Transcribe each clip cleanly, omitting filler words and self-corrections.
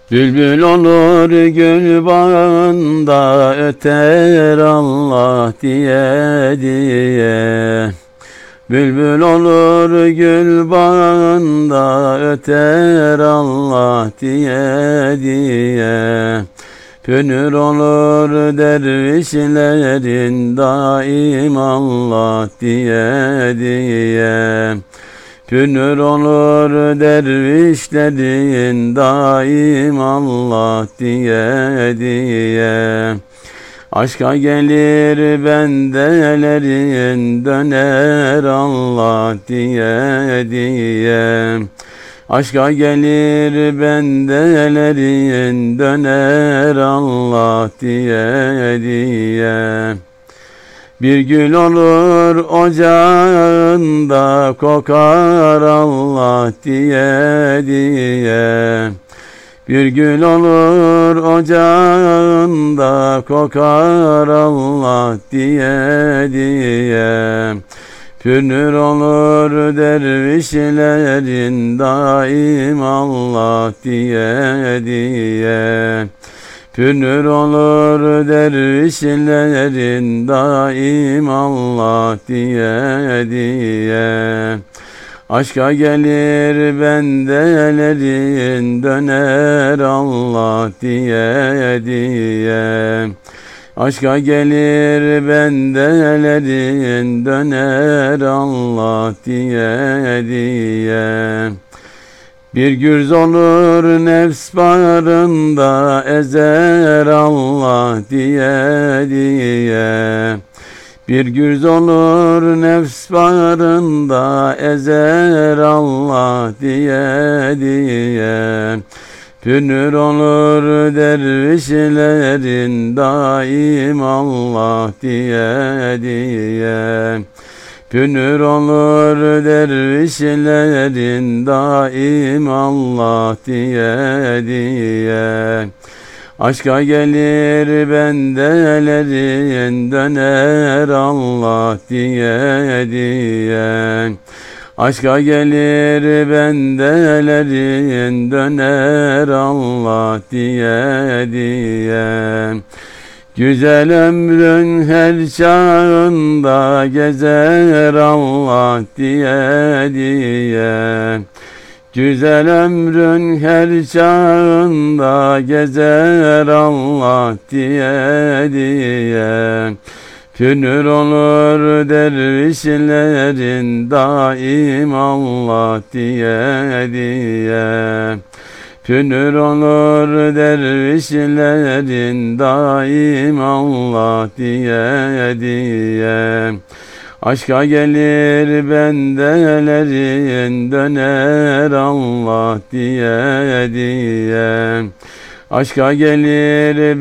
Bülbül olur gül bağında, öter Allah diye diye. Bülbül olur gül bağında, öter Allah diye diye. Pünür olur dervişlerin, daim Allah diye diye. Pünür olur dervişlerin, daim Allah diye diye. Aşka gelir bendelerin, döner Allah diye diye. Aşka gelir bendelerin, döner Allah diye diye. Bir gül olur ocağında, kokar Allah diye diye. Bir gül olur ocağında, kokar Allah diye diye. Pünür olur dervişlerin, daim Allah diye diye. Pünür olur dervişlerin, daim Allah diye diye. Aşka gelir bendelerin, döner Allah diye diye. Aşka gelir bendelerin, döner Allah diye diye. Bir gürz olur nefs bağrında, ezer Allah diye diye. Bir gürz olur nefs bağrında, ezer Allah diye diye. Pünür olur dervişlerin, daim Allah diye diye. Pünür olur dervişlerin, daim Allah diye diye. Aşka gelir bendelerin, döner Allah diye diye. Aşka gelir bendelerin, döner Allah diye diye. Güzel ömrün her çağında, gezer Allah diye diye. Güzel ömrün her çağında, gezer Allah diye diye. Pünür olur dervişlerin, daim Allah diye diye. Pünür olur dervişlerin, daim Allah diye diye. Aşka gelir bendelerin, döner Allah diye diye. Aşka gelir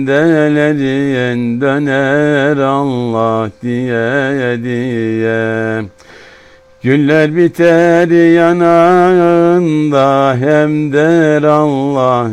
bendelerin, döner Allah diye diye. Güller biter yanağında, hem der Allah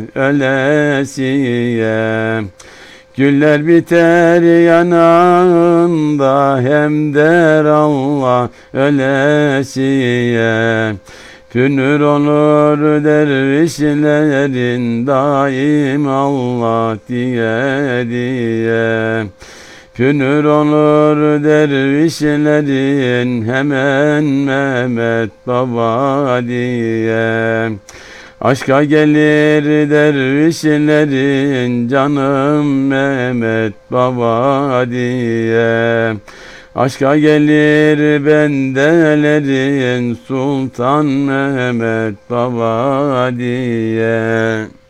ölesiye. Güller biter yanağında, hem der Allah ölesiye. Pünür olur dervişlerin, daim Allah diye diye. Pünür olur dervişlerin, hemen Mehmet Baba diye. Aşka gelir dervişlerin, canım Mehmet Baba diye. Aşka gelir bendelerin, Sultan Mehmet Baba diye.